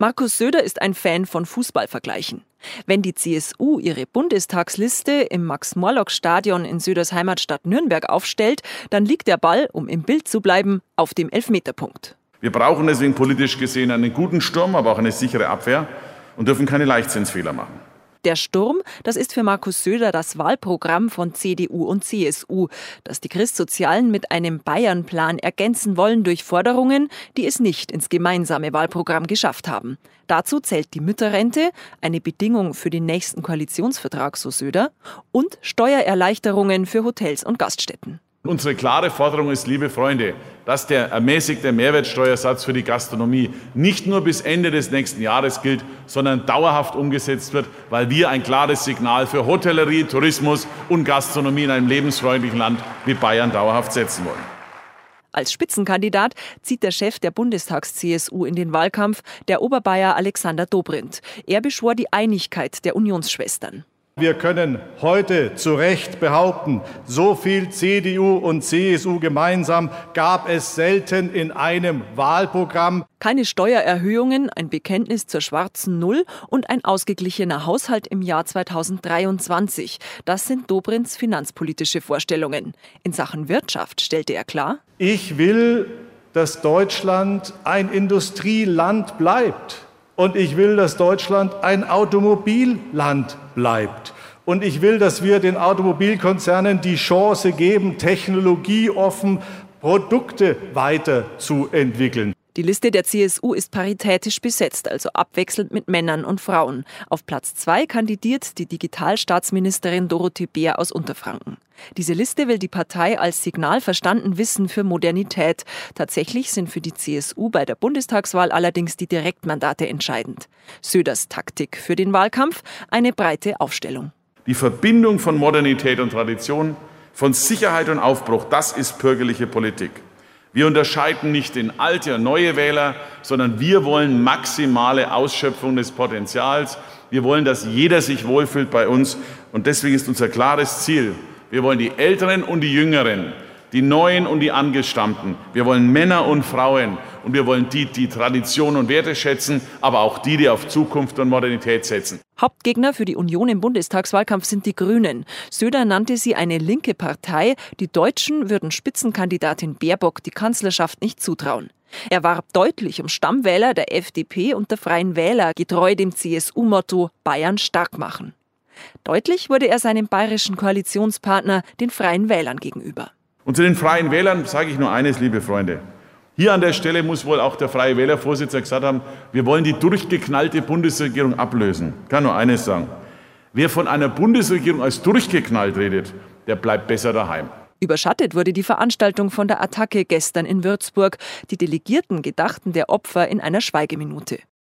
Markus Söder ist ein Fan von Fußballvergleichen. Wenn die CSU ihre Bundestagsliste im Max-Morlock-Stadion in Söders Heimatstadt Nürnberg aufstellt, dann liegt der Ball, um im Bild zu bleiben, auf dem Elfmeterpunkt. Wir brauchen deswegen politisch gesehen einen guten Sturm, aber auch eine sichere Abwehr und dürfen keine Leichtsinnsfehler machen. Der Sturm, das ist für Markus Söder das Wahlprogramm von CDU und CSU, das die Christsozialen mit einem Bayern-Plan ergänzen wollen durch Forderungen, die es nicht ins gemeinsame Wahlprogramm geschafft haben. Dazu zählt die Mütterrente, eine Bedingung für den nächsten Koalitionsvertrag, so Söder, und Steuererleichterungen für Hotels und Gaststätten. Unsere klare Forderung ist, liebe Freunde, dass der ermäßigte Mehrwertsteuersatz für die Gastronomie nicht nur bis Ende des nächsten Jahres gilt, sondern dauerhaft umgesetzt wird, weil wir ein klares Signal für Hotellerie, Tourismus und Gastronomie in einem lebensfreundlichen Land wie Bayern dauerhaft setzen wollen. Als Spitzenkandidat zieht der Chef der Bundestags-CSU in den Wahlkampf, der Oberbayer Alexander Dobrindt. Er beschwor die Einigkeit der Unionsschwestern. Wir können heute zu Recht behaupten, so viel CDU und CSU gemeinsam gab es selten in einem Wahlprogramm. Keine Steuererhöhungen, ein Bekenntnis zur schwarzen Null und ein ausgeglichener Haushalt im Jahr 2023. Das sind Dobrindts finanzpolitische Vorstellungen. In Sachen Wirtschaft stellte er klar: Ich will, dass Deutschland ein Industrieland bleibt. Und ich will, dass Deutschland ein Automobilland bleibt. Und ich will, dass wir den Automobilkonzernen die Chance geben, technologieoffen Produkte weiterzuentwickeln. Die Liste der CSU ist paritätisch besetzt, also abwechselnd mit Männern und Frauen. Auf Platz 2 kandidiert die Digitalstaatsministerin Dorothee Bär aus Unterfranken. Diese Liste will die Partei als Signal verstanden wissen für Modernität. Tatsächlich sind für die CSU bei der Bundestagswahl allerdings die Direktmandate entscheidend. Söders Taktik für den Wahlkampf: eine breite Aufstellung. Die Verbindung von Modernität und Tradition, von Sicherheit und Aufbruch, das ist bürgerliche Politik. Wir unterscheiden nicht in alte und neue Wähler, sondern wir wollen maximale Ausschöpfung des Potenzials. Wir wollen, dass jeder sich wohlfühlt bei uns. Und deswegen ist unser klares Ziel: Wir wollen die Älteren und die Jüngeren, die Neuen und die Angestammten. Wir wollen Männer und Frauen. Und wir wollen die Tradition und Werte schätzen, aber auch die auf Zukunft und Modernität setzen. Hauptgegner für die Union im Bundestagswahlkampf sind die Grünen. Söder nannte sie eine linke Partei. Die Deutschen würden Spitzenkandidatin Baerbock die Kanzlerschaft nicht zutrauen. Er warb deutlich um Stammwähler der FDP und der Freien Wähler, getreu dem CSU-Motto Bayern stark machen. Deutlich wurde er seinem bayerischen Koalitionspartner, den Freien Wählern, gegenüber. Und zu den Freien Wählern sage ich nur eines, liebe Freunde. Hier an der Stelle muss wohl auch der Freie Wähler-Vorsitzende gesagt haben, wir wollen die durchgeknallte Bundesregierung ablösen. Ich kann nur eines sagen: Wer von einer Bundesregierung als durchgeknallt redet, der bleibt besser daheim. Überschattet wurde die Veranstaltung von der Attacke gestern in Würzburg. Die Delegierten gedachten der Opfer in einer Schweigeminute.